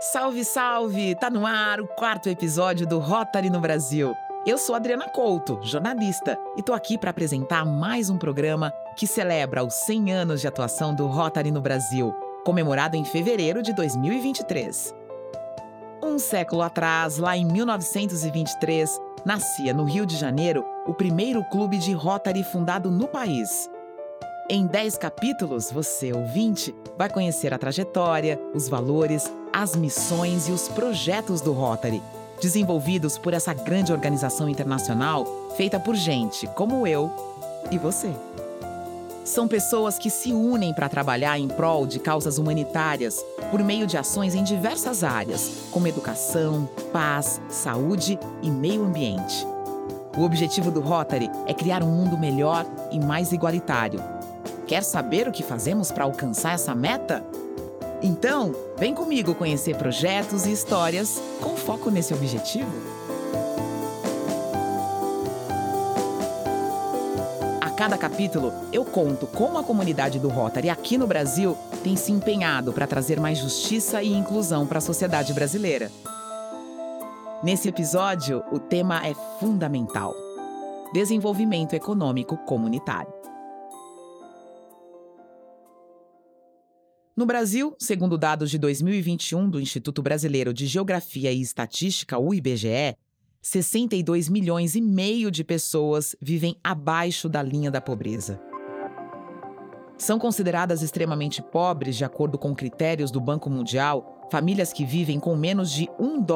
Salve, salve! Tá no ar o 4º episódio do Rotary no Brasil. Eu sou Adriana Couto, jornalista, e tô aqui para apresentar mais um programa que celebra os 100 anos de atuação do Rotary no Brasil, comemorado em fevereiro de 2023. Um século atrás, lá em 1923, nascia no Rio de Janeiro o primeiro clube de Rotary fundado no país. Em 10 capítulos, você, ouvinte, vai conhecer a trajetória, os valores, as missões e os projetos do Rotary, desenvolvidos por essa grande organização internacional feita por gente como eu e você. São pessoas que se unem para trabalhar em prol de causas humanitárias por meio de ações em diversas áreas, como educação, paz, saúde e meio ambiente. O objetivo do Rotary é criar um mundo melhor e mais igualitário. Quer saber o que fazemos para alcançar essa meta? Então, vem comigo conhecer projetos e histórias com foco nesse objetivo. A cada capítulo, eu conto como a comunidade do Rotary aqui no Brasil tem se empenhado para trazer mais justiça e inclusão para a sociedade brasileira. Nesse episódio, o tema é fundamental: desenvolvimento econômico comunitário. No Brasil, segundo dados de 2021 do Instituto Brasileiro de Geografia e Estatística, o IBGE, 62 milhões e meio de pessoas vivem abaixo da linha da pobreza. São consideradas extremamente pobres, de acordo com critérios do Banco Mundial, famílias que vivem com menos de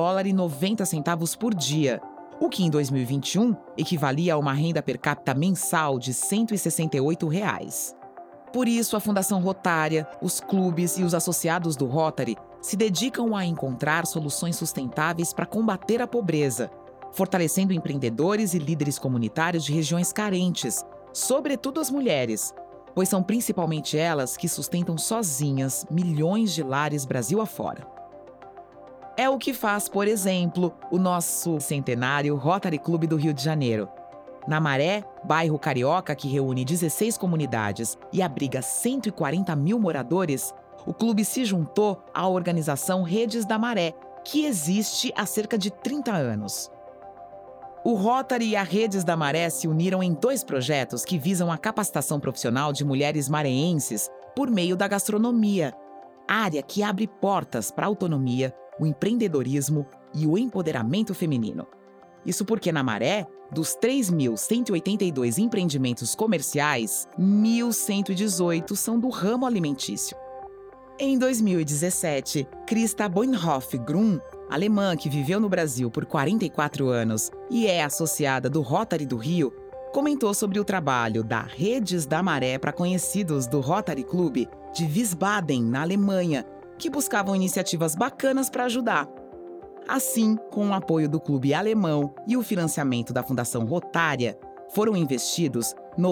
$1,90 por dia, o que em 2021 equivalia a uma renda per capita mensal de R$ 168. Por isso, a Fundação Rotária, os clubes e os associados do Rotary se dedicam a encontrar soluções sustentáveis para combater a pobreza, fortalecendo empreendedores e líderes comunitários de regiões carentes, sobretudo as mulheres, pois são principalmente elas que sustentam sozinhas milhões de lares Brasil afora. É o que faz, por exemplo, o nosso centenário Rotary Clube do Rio de Janeiro. Na Maré, bairro carioca que reúne 16 comunidades e abriga 140 mil moradores, o clube se juntou à organização Redes da Maré, que existe há cerca de 30 anos. O Rotary e a Redes da Maré se uniram em 2 projetos que visam a capacitação profissional de mulheres mareenses por meio da gastronomia, área que abre portas para a autonomia, o empreendedorismo e o empoderamento feminino. Isso porque na Maré, dos 3.182 empreendimentos comerciais, 1.118 são do ramo alimentício. Em 2017, Christa Boinhoff-Grun, alemã que viveu no Brasil por 44 anos e é associada do Rotary do Rio, comentou sobre o trabalho da Redes da Maré para conhecidos do Rotary Club de Wiesbaden, na Alemanha, que buscavam iniciativas bacanas para ajudar. Assim, com o apoio do clube alemão e o financiamento da Fundação Rotária, foram investidos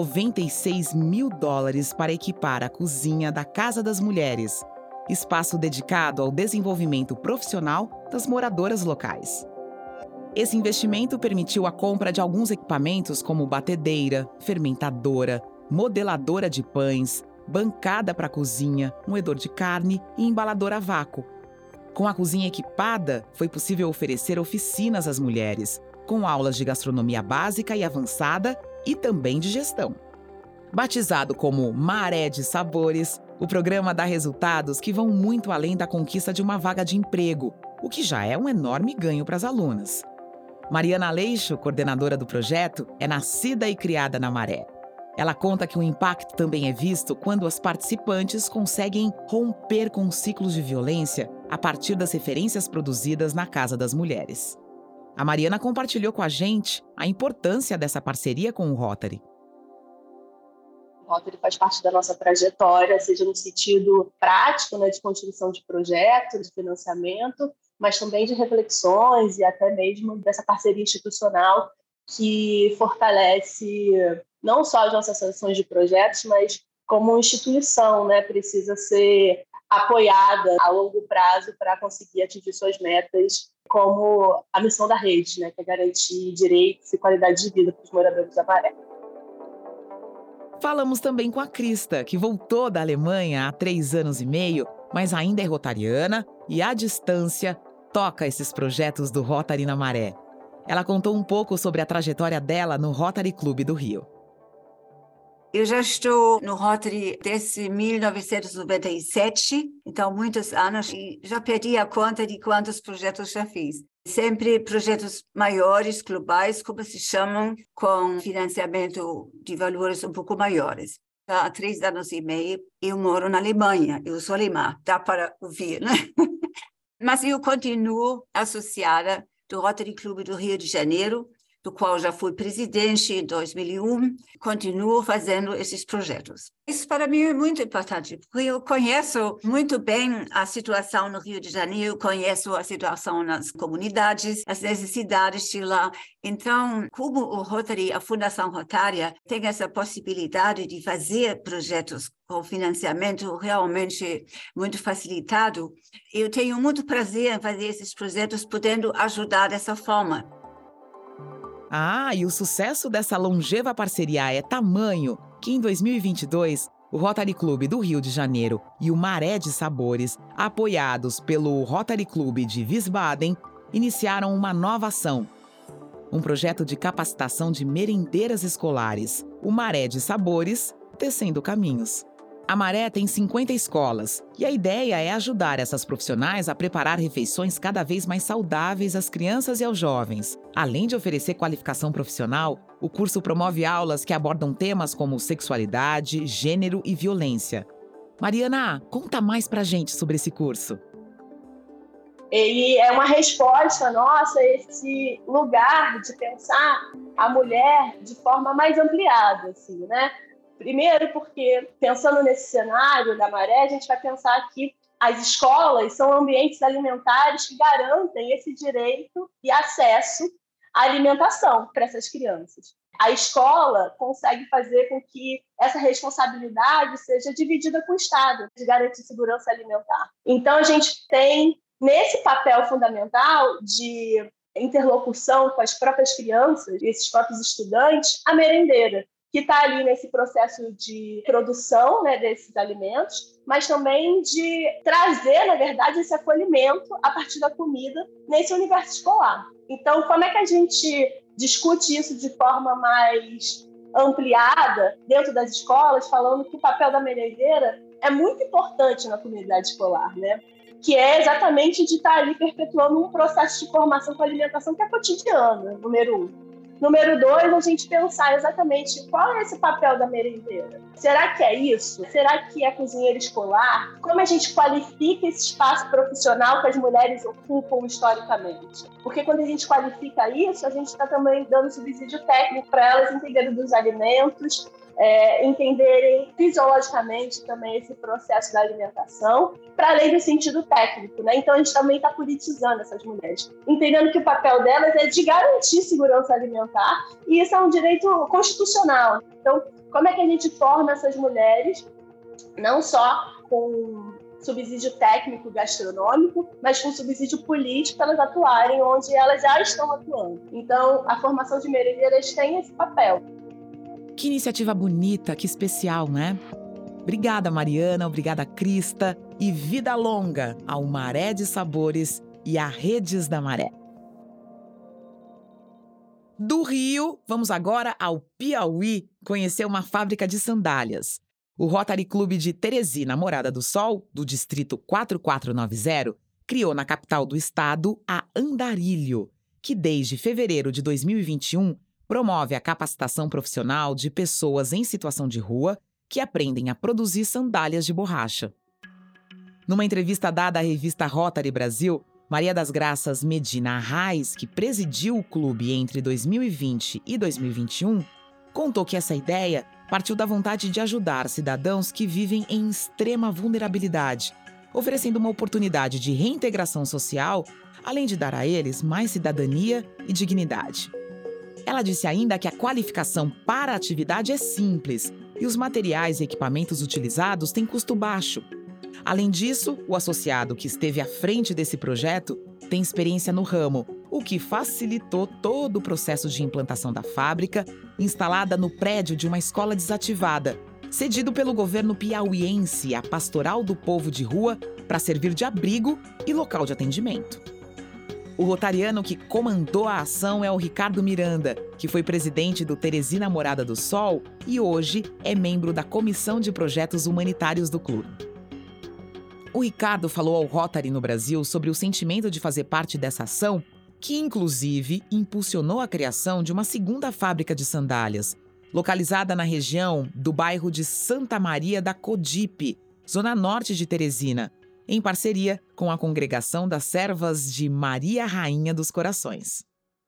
$96 mil para equipar a cozinha da Casa das Mulheres, espaço dedicado ao desenvolvimento profissional das moradoras locais. Esse investimento permitiu a compra de alguns equipamentos como batedeira, fermentadora, modeladora de pães, bancada para cozinha, moedor de carne e embaladora a vácuo. Com a cozinha equipada, foi possível oferecer oficinas às mulheres, com aulas de gastronomia básica e avançada e também de gestão. Batizado como Maré de Sabores, o programa dá resultados que vão muito além da conquista de uma vaga de emprego, o que já é um enorme ganho para as alunas. Mariana Aleixo, coordenadora do projeto, é nascida e criada na Maré. Ela conta que o impacto também é visto quando as participantes conseguem romper com ciclos de violência a partir das referências produzidas na Casa das Mulheres. A Mariana compartilhou com a gente a importância dessa parceria com o Rotary. O Rotary faz parte da nossa trajetória, seja no sentido prático, de construção de projetos, de financiamento, mas também de reflexões e até mesmo dessa parceria institucional que fortalece não só as nossas ações de projetos, mas como instituição, precisa ser apoiada a longo prazo para conseguir atingir suas metas, como a missão da rede, que é garantir direitos e qualidade de vida para os moradores da Maré. Falamos também com a Christa, que voltou da Alemanha há 3 anos e meio mas ainda é rotariana e, à distância, toca esses projetos do Rotary na Maré. Ela contou um pouco sobre a trajetória dela no Rotary Clube do Rio. Eu já estou no Rotary desde 1997, então muitos anos, e já perdi a conta de quantos projetos já fiz. Sempre projetos maiores, globais, como se chamam, com financiamento de valores um pouco maiores. Há 3 anos e meio, eu moro na Alemanha, eu sou alemã, dá para ouvir, né? Mas eu continuo associada do Rotary Clube do Rio de Janeiro, do qual já fui presidente em 2001, continuo fazendo esses projetos. Isso para mim é muito importante, porque eu conheço muito bem a situação no Rio de Janeiro, conheço a situação nas comunidades, as necessidades de lá. Então, como o Rotary, a Fundação Rotária, tem essa possibilidade de fazer projetos com financiamento realmente muito facilitado, eu tenho muito prazer em fazer esses projetos, podendo ajudar dessa forma. E o sucesso dessa longeva parceria é tamanho que, em 2022, o Rotary Clube do Rio de Janeiro e o Maré de Sabores, apoiados pelo Rotary Clube de Wiesbaden, iniciaram uma nova ação. Um projeto de capacitação de merendeiras escolares, o Maré de Sabores, Tecendo Caminhos. A Maré tem 50 escolas e a ideia é ajudar essas profissionais a preparar refeições cada vez mais saudáveis às crianças e aos jovens. Além de oferecer qualificação profissional, o curso promove aulas que abordam temas como sexualidade, gênero e violência. Mariana, conta mais pra gente sobre esse curso. Ele é uma resposta nossa a esse lugar de pensar a mulher de forma mais ampliada, assim, né? Primeiro porque, pensando nesse cenário da Maré, a gente vai pensar que as escolas são ambientes alimentares que garantem esse direito e acesso à alimentação para essas crianças. A escola consegue fazer com que essa responsabilidade seja dividida com o Estado, de garantir segurança alimentar. Então, a gente tem, nesse papel fundamental de interlocução com as próprias crianças, esses próprios estudantes, a merendeira, que está ali nesse processo de produção, né, desses alimentos, mas também de trazer, na verdade, esse acolhimento a partir da comida nesse universo escolar. Então, como é que a gente discute isso de forma mais ampliada dentro das escolas, falando que o papel da merendeira é muito importante na comunidade escolar, né? Que é exatamente de estar ali perpetuando um processo de formação com a alimentação que é cotidiano, número 1. Número 2, a gente pensar exatamente qual é esse papel da merendeira. Será que é isso? Será que é cozinheira escolar? Como a gente qualifica esse espaço profissional que as mulheres ocupam historicamente? Porque quando a gente qualifica isso, a gente está também dando subsídio técnico para elas entenderem dos alimentos, entenderem fisiologicamente também esse processo da alimentação, para além do sentido técnico, né? Então a gente também está politizando essas mulheres, entendendo que o papel delas é de garantir segurança alimentar, e isso é um direito constitucional. Então, como é que a gente forma essas mulheres, não só com subsídio técnico gastronômico, mas com subsídio político para elas atuarem onde elas já estão atuando? Então, a formação de merendeiras tem esse papel. Que iniciativa bonita, que especial, né? Obrigada, Mariana, obrigada, Crista, e vida longa ao Maré de Sabores e à Redes da Maré. Do Rio, vamos agora ao Piauí conhecer uma fábrica de sandálias. O Rotary Clube de Teresina, Morada do Sol, do distrito 4490, criou na capital do estado a Andarilho, que desde fevereiro de 2021 promove a capacitação profissional de pessoas em situação de rua que aprendem a produzir sandálias de borracha. Numa entrevista dada à revista Rotary Brasil, Maria das Graças Medina Arraes, que presidiu o clube entre 2020 e 2021, contou que essa ideia partiu da vontade de ajudar cidadãos que vivem em extrema vulnerabilidade, oferecendo uma oportunidade de reintegração social, além de dar a eles mais cidadania e dignidade. Ela disse ainda que a qualificação para a atividade é simples e os materiais e equipamentos utilizados têm custo baixo. Além disso, o associado que esteve à frente desse projeto tem experiência no ramo, o que facilitou todo o processo de implantação da fábrica, instalada no prédio de uma escola desativada, cedido pelo governo piauiense à Pastoral do Povo de Rua para servir de abrigo e local de atendimento. O rotariano que comandou a ação é o Ricardo Miranda, que foi presidente do Teresina Morada do Sol e hoje é membro da Comissão de Projetos Humanitários do clube. O Ricardo falou ao Rotary no Brasil sobre o sentimento de fazer parte dessa ação, que inclusive impulsionou a criação de uma segunda fábrica de sandálias, localizada na região do bairro de Santa Maria da Codipe, zona norte de Teresina, em parceria com a Congregação das Servas de Maria Rainha dos Corações.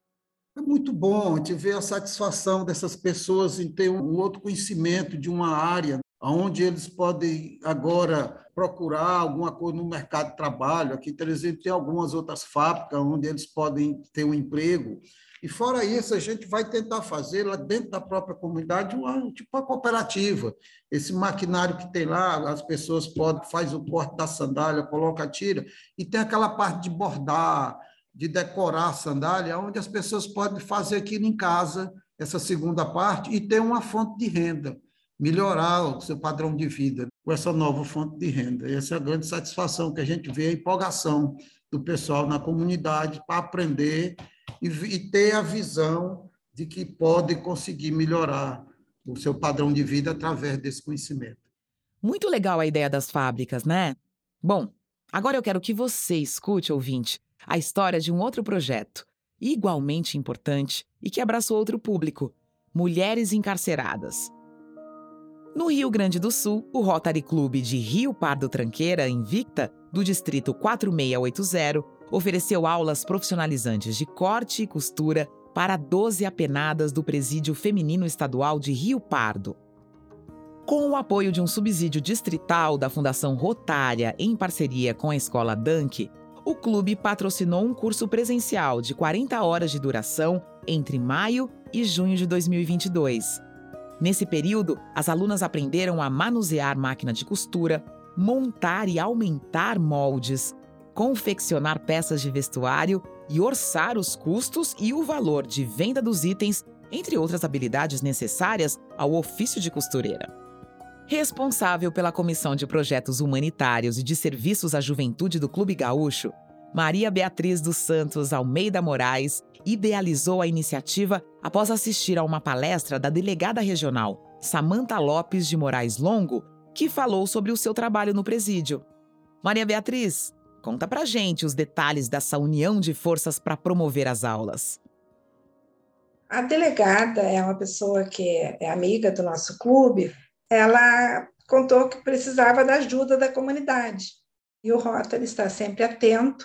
É muito bom a gente ver a satisfação dessas pessoas em ter um outro conhecimento de uma área onde eles podem agora procurar alguma coisa no mercado de trabalho. Aqui em Teresina tem algumas outras fábricas onde eles podem ter um emprego. E fora isso, a gente vai tentar fazer lá dentro da própria comunidade uma cooperativa. Esse maquinário que tem lá, as pessoas faz o corte da sandália, coloca, tira, e tem aquela parte de bordar, de decorar a sandália, onde as pessoas podem fazer aquilo em casa, essa segunda parte, e ter uma fonte de renda, melhorar o seu padrão de vida com essa nova fonte de renda. Essa é a grande satisfação que a gente vê, a empolgação do pessoal na comunidade para aprender e ter a visão de que pode conseguir melhorar o seu padrão de vida através desse conhecimento. Muito legal a ideia das fábricas, né? Bom, agora eu quero que você escute, ouvinte, a história de um outro projeto, igualmente importante e que abraçou outro público: mulheres encarceradas. No Rio Grande do Sul, o Rotary Clube de Rio Pardo Tranqueira, Invicta, do Distrito 4680, ofereceu aulas profissionalizantes de corte e costura para 12 apenadas do Presídio Feminino Estadual de Rio Pardo. Com o apoio de um subsídio distrital da Fundação Rotária em parceria com a Escola Dunk, o clube patrocinou um curso presencial de 40 horas de duração entre maio e junho de 2022. Nesse período, as alunas aprenderam a manusear máquina de costura, montar e aumentar moldes, confeccionar peças de vestuário e orçar os custos e o valor de venda dos itens, entre outras habilidades necessárias ao ofício de costureira. Responsável pela Comissão de Projetos Humanitários e de Serviços à Juventude do Clube Gaúcho, Maria Beatriz dos Santos Almeida Moraes idealizou a iniciativa após assistir a uma palestra da delegada regional, Samanta Lopes de Moraes Longo, que falou sobre o seu trabalho no presídio. Maria Beatriz, conta pra gente os detalhes dessa união de forças para promover as aulas. A delegada é uma pessoa que é amiga do nosso clube. Ela contou que precisava da ajuda da comunidade. E o Rotary está sempre atento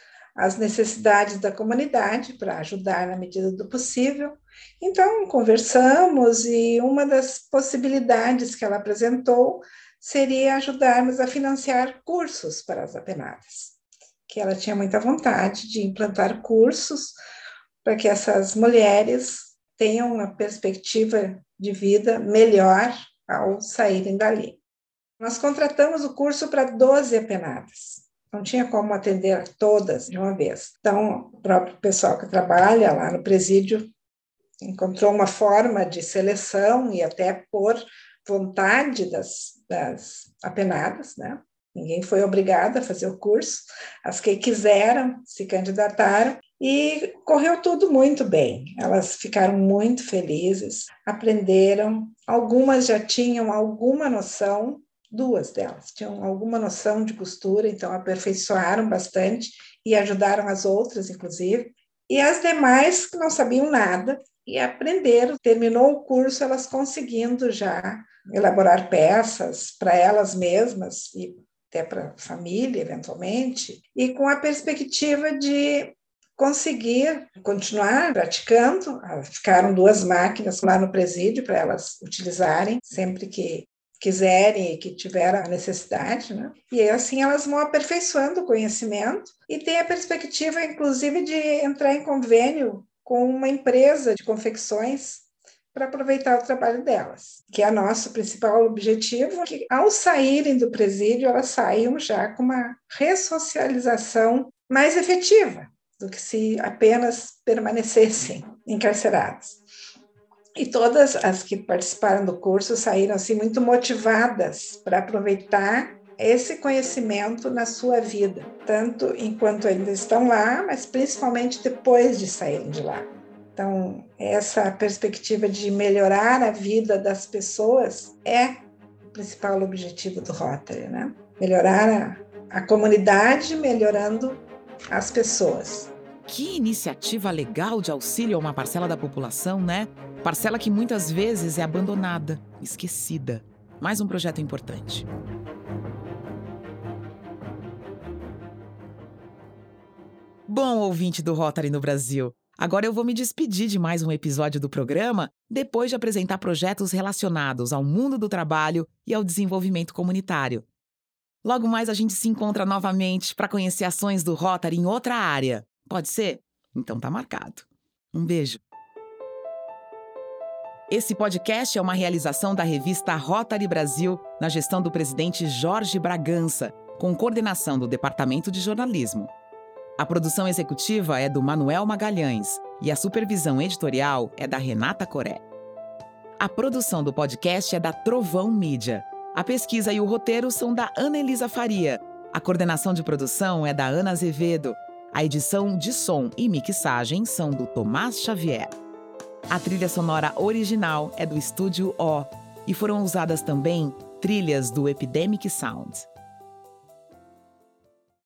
às necessidades da comunidade para ajudar na medida do possível. Então, conversamos e uma das possibilidades que ela apresentou seria ajudarmos a financiar cursos para as apenadas, que ela tinha muita vontade de implantar cursos para que essas mulheres tenham uma perspectiva de vida melhor ao saírem dali. Nós contratamos o curso para 12 apenadas. Não tinha como atender todas de uma vez. Então, o próprio pessoal que trabalha lá no presídio encontrou uma forma de seleção e até por vontade das apenadas, né? Ninguém foi obrigado a fazer o curso. As que quiseram se candidataram e correu tudo muito bem. Elas ficaram muito felizes, aprenderam. Algumas já tinham alguma noção. 2 delas tinham alguma noção de costura, então aperfeiçoaram bastante e ajudaram as outras, inclusive. E as demais que não sabiam nada e aprenderam. Terminou o curso, elas conseguindo já elaborar peças para elas mesmas e até para a família, eventualmente, e com a perspectiva de conseguir continuar praticando. Ficaram 2 máquinas lá no presídio para elas utilizarem sempre que quiserem e que tiveram a necessidade, né? E assim elas vão aperfeiçoando o conhecimento e tem a perspectiva, inclusive, de entrar em convênio com uma empresa de confecções para aproveitar o trabalho delas, que é nosso principal objetivo, que ao saírem do presídio, elas saiam já com uma ressocialização mais efetiva do que se apenas permanecessem encarceradas. E todas as que participaram do curso saíram assim muito motivadas para aproveitar esse conhecimento na sua vida, tanto enquanto ainda estão lá, mas principalmente depois de saírem de lá. Então, essa perspectiva de melhorar a vida das pessoas é o principal objetivo do Rotary, né? Melhorar a comunidade, melhorando as pessoas. Que iniciativa legal de auxílio a uma parcela da população, né? Parcela que muitas vezes é abandonada, esquecida. Mais um projeto importante. Bom, ouvinte do Rotary no Brasil, agora eu vou me despedir de mais um episódio do programa, depois de apresentar projetos relacionados ao mundo do trabalho e ao desenvolvimento comunitário. Logo mais a gente se encontra novamente para conhecer ações do Rotary em outra área. Pode ser? Então tá marcado. Um beijo. Esse podcast é uma realização da revista Rotary Brasil, na gestão do presidente Jorge Bragança, com coordenação do Departamento de Jornalismo. A produção executiva é do Manuel Magalhães e a supervisão editorial é da Renata Coré. A produção do podcast é da Trovão Mídia. A pesquisa e o roteiro são da Ana Elisa Faria. A coordenação de produção é da Ana Azevedo. A edição de som e mixagem são do Tomás Xavier. A trilha sonora original é do Estúdio O e foram usadas também trilhas do Epidemic Sound.